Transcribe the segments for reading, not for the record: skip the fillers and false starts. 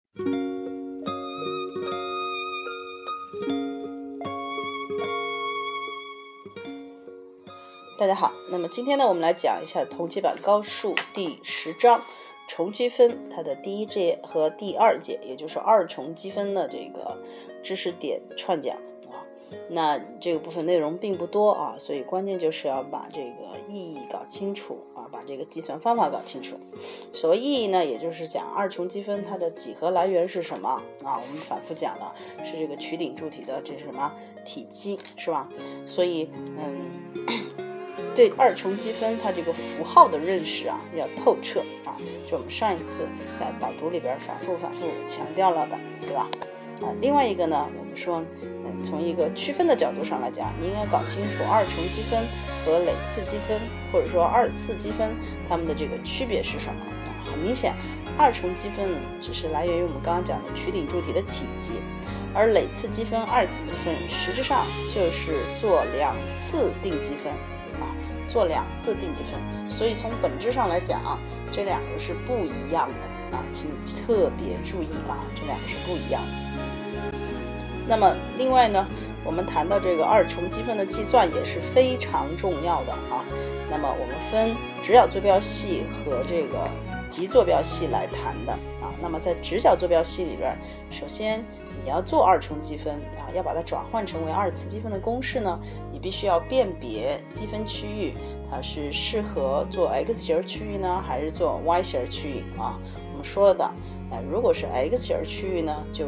大家好，那么今天呢，我们来讲一下同级版高数第10章重积分它的第一节和第二节，也就是二重积分的这个知识点串讲啊。那这个部分内容并不多啊，所以关键就是要把这个意义搞清楚啊，把这个计算方法搞清楚。所谓意义呢，也就是讲二重积分它的几何来源是什么啊？我们反复讲了，是这个曲顶柱体的这是什么体积，是吧？所以对二重积分它这个符号的认识啊要透彻啊，就我们上一次在导读里边反复强调了的，对吧？另外一个呢，我们说从一个区分的角度上来讲，你应该搞清楚二重积分和累次积分或者说二次积分它们的这个区别是什么啊？很明显，二重积分只是来源于我们刚刚讲的曲顶柱体的体积，而累次积分、二次积分实质上就是做2次定积分啊，做2次定积分。所以从本质上来讲啊，这两个是不一样的啊，请特别注意啊，这两个是不一样的。那么另外呢，我们谈到这个二重积分的计算也是非常重要的啊。那么我们分直角坐标系和这个极坐标系来谈的啊。那么在直角坐标系里边，首先你要做二重积分啊，要把它转换成为二次积分的公式呢，你必须要辨别积分区域，它是适合做 x 型区域呢，还是做 y 型区域啊？我们说了的，如果是 x 型区域呢，就是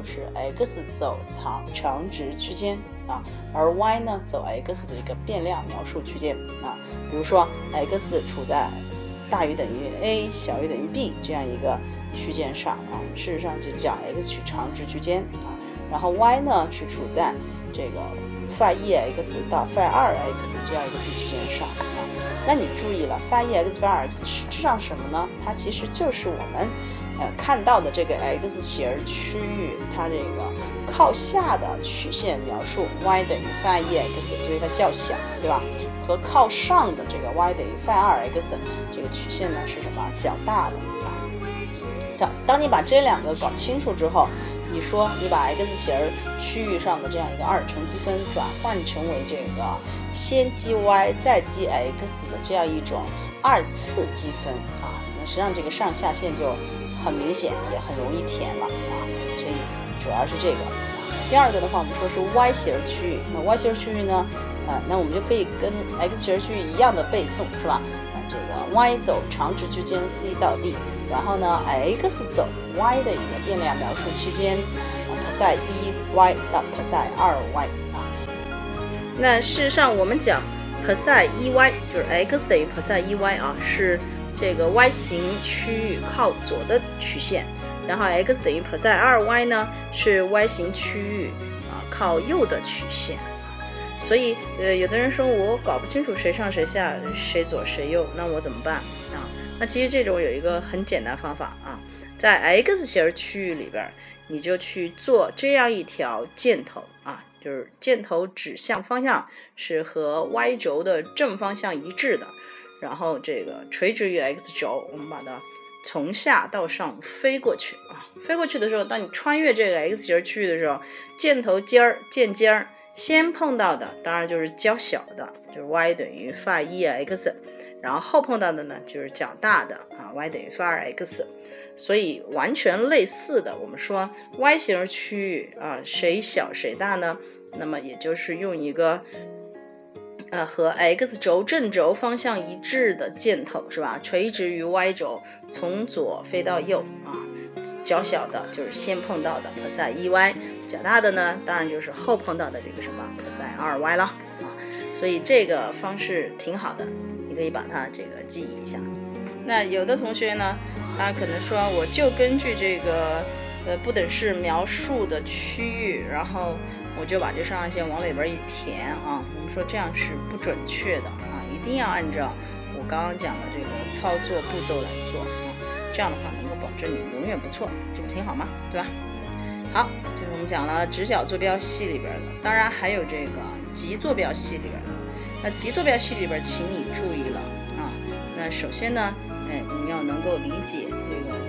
x 走长直区间啊，而 y 呢走 x 的一个变量描述区间啊。比如说 x 处在大于等于 a 小于等于 b 这样一个区间上啊，事实上就叫 x 取长直区间啊。然后 y 呢是处在这个phi 1x 到phi 2x 这样一个地区间上啊。那你注意了，phi 1x phi 2x 实质上什么呢？它其实就是我们看到的这个 x 型区域它这个靠下的曲线描述 y 等于 phi 1x， 就是它较小，对吧？和靠上的这个 y 等于 phi 2x 这个曲线呢是什么？较大的啊。当你把这两个搞清楚之后，你说你把 x 型区域上的这样一个二重积分转换成为这个先积 y 再积 x 的这样一种二次积分啊，那实际上这个上下限就很明显，也很容易填了啊。所以主要是这个。第二个的话，我们说是 y 型区域，那 y 型区域呢，那我们就可以跟 x 型区域一样的背诵，是吧？这个 y 走长直区间 c 到 d， 然后呢 x 走 y 的一个变量描述区间psi 1y 到psi 2y 啊。那事实上我们讲 psi 1y 就是 x 等于 psi 1y 啊，是这个 y 型区域靠左的曲线，然后 x 等于 psi 2y 呢是 y 型区域靠右的曲线。所以有的人说我搞不清楚谁上谁下谁左谁右，那我怎么办啊？那其实这种有一个很简单方法啊，在 x 型区域里边你就去做这样一条箭头啊，就是箭头指向方向是和 y 轴的正方向一致的，然后这个垂直于 x 轴，我们把它从下到上飞过去啊。飞过去的时候，当你穿越这个 x 型区域的时候，箭头箭尖先碰到的当然就是较小的，就是 y 等于 phi 1x， 然后后碰到的呢就是较大的啊 y 等于 phi 2x。所以完全类似的，我们说 y 型区域啊，谁小谁大呢？那么也就是用一个和 x 轴正轴方向一致的箭头，是吧？垂直于 y 轴，从左飞到右啊。较小的就是先碰到的 psi 1y， 较大的呢当然就是后碰到的这个什么 psi 2y 了啊。所以这个方式挺好的，你可以把它这个记忆一下。那有的同学呢，他可能说我就根据这个不等式描述的区域，然后我就把这上下限往里边一填啊。我们说这样是不准确的啊，一定要按照我刚刚讲的这个操作步骤来做啊，这样的话能够保证你永远不错，这不挺好吗？对吧？好，这是我们讲了直角坐标系里边的，当然还有这个极坐标系里边的。那极坐标系里边，请你注意了啊。那首先呢，你要能够理解这个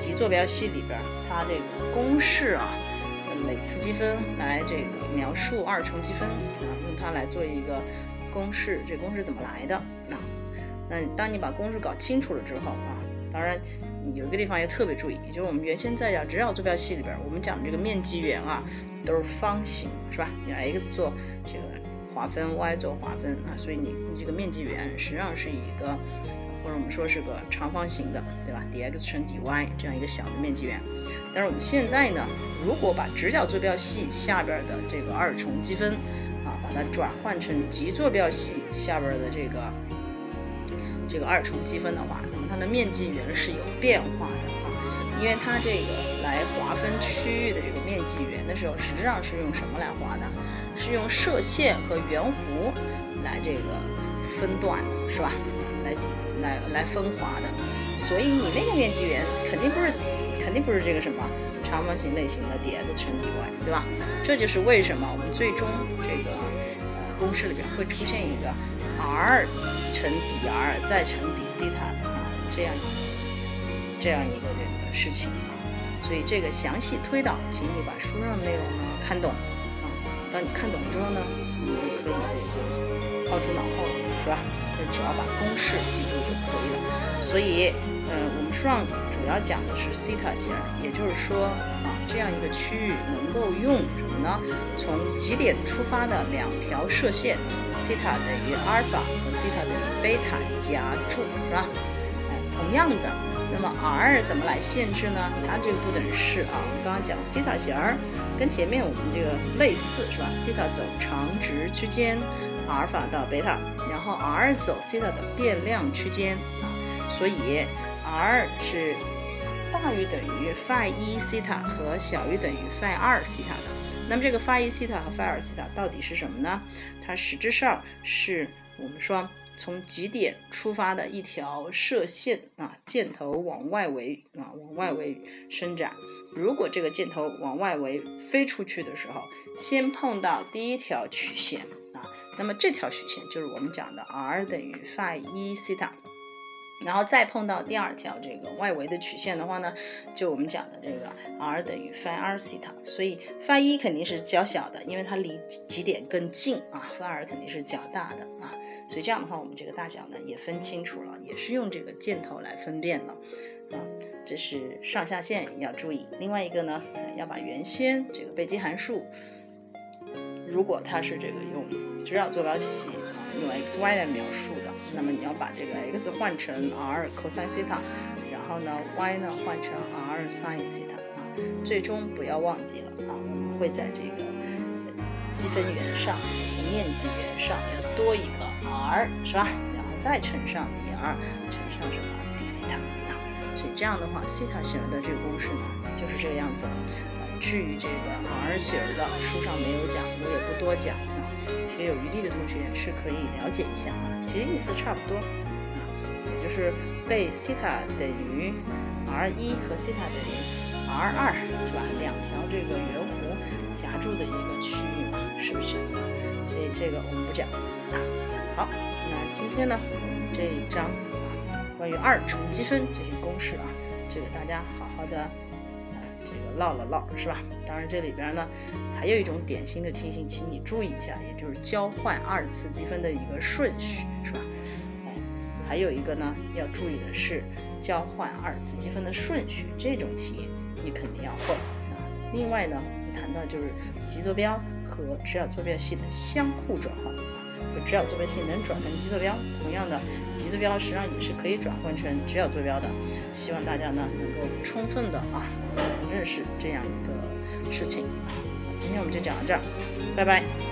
极坐标系里边它这个公式啊，累次积分来这个描述二重积分啊，用它来做一个公式。这公式怎么来的？那当你把公式搞清楚了之后啊，当然有一个地方要特别注意，也就是我们原先在直角坐标系里边，我们讲的这个面积元啊都是方形，是吧？你 x 做这个划分 ，y 做划分啊，所以你这个面积元实际上是一个，或者我们说是个长方形的，对吧 ？dx 乘 dy 这样一个小的面积元。但是我们现在呢，如果把直角坐标系下边的这个二重积分啊，把它转换成极坐标系下边的这个二重积分的话，那么它的面积元是有变化的啊，因为它这个来划分区域的这个面积元的时候，实际上是用什么来划的？是用射线和圆弧来这个分段的，是吧？来分划的。所以你那个面积元肯定不是这个什么长方形类型的 dx 乘 dy， 对吧？这就是为什么我们最终这个公式里边会出现一个 r 乘 dr 再乘 d 西塔啊这样一个这个事情啊。所以这个详细推导，请你把书上的内容呢看懂啊。当你看懂之后呢，你就可以这个抛诸脑后了，是吧？就只要把公式记住就可以了。所以我们书上主要讲的是西塔型，也就是说啊，这样一个区域能够用什么呢？从极点出发的两条射线，西塔等于阿尔法和西塔等于贝塔夹住，是吧？同样的，那么 r 怎么来限制呢？它这个不等式啊，我们刚刚讲西塔型跟前面我们这个类似，是吧？西塔走长直区间，阿尔法到贝塔，然后 r 走西塔的变量区间啊，所以 r 是大于等于 phi 1西塔和小于等于 phi 2西塔的。那么这个 phi 1西塔和 phi 2西塔到底是什么呢？它实质上是我们说从极点出发的一条射线啊，箭头往外围伸展。如果这个箭头往外围飞出去的时候，先碰到第一条曲线啊，那么这条曲线就是我们讲的 r 等于 phi 1西塔。然后再碰到第二条这个外围的曲线的话呢，就我们讲的这个 r 等于 phi 2西塔。所以 phi 1肯定是较小的，因为它离极点更近啊 ，phi 2肯定是较大的啊。所以这样的话，我们这个大小呢也分清楚了，也是用这个箭头来分辨的啊。这是上下限要注意。另外一个呢，要把原先这个贝基函数，如果它是这个用直角坐标系用 xy 来描述的，那么你要把这个 x 换成 r cosine 西塔，然后呢 y 呢换成 r sin 西塔啊。最终不要忘记了啊，我们会在这个积分元上，面积元上要多一个 r， 是吧？然后再乘上 dr， 乘上什么 d 西塔啊。所以这样的话，西塔型的这个公式呢就是这个样子了。至于这个 r 型的，书上没有讲，我也不多讲啊。学有余力的同学是可以了解一下啊，其实意思差不多啊，也就是被西塔等于 r1 和西塔等于 r2， 是吧？两条这个圆弧夹住的一个区域嘛，是不是啊？所以这个我们不讲啊。好，那今天呢，这一章啊，关于二重积分这些公式啊，这个大家好好的这个唠了唠，是吧？当然这里边呢还有一种典型的题型，请你注意一下，也就是交换二次积分的一个顺序，是吧？还有一个呢要注意的是交换二次积分的顺序，这种题你肯定要会啊。另外呢，我们谈到就是极坐标和直角坐标系的相互转换啊，就直角坐标系能转成极坐标，同样的极坐标实际上也是可以转换成直角坐标的。希望大家呢能够充分的认识这样一个事情。今天我们就讲到这儿，拜拜。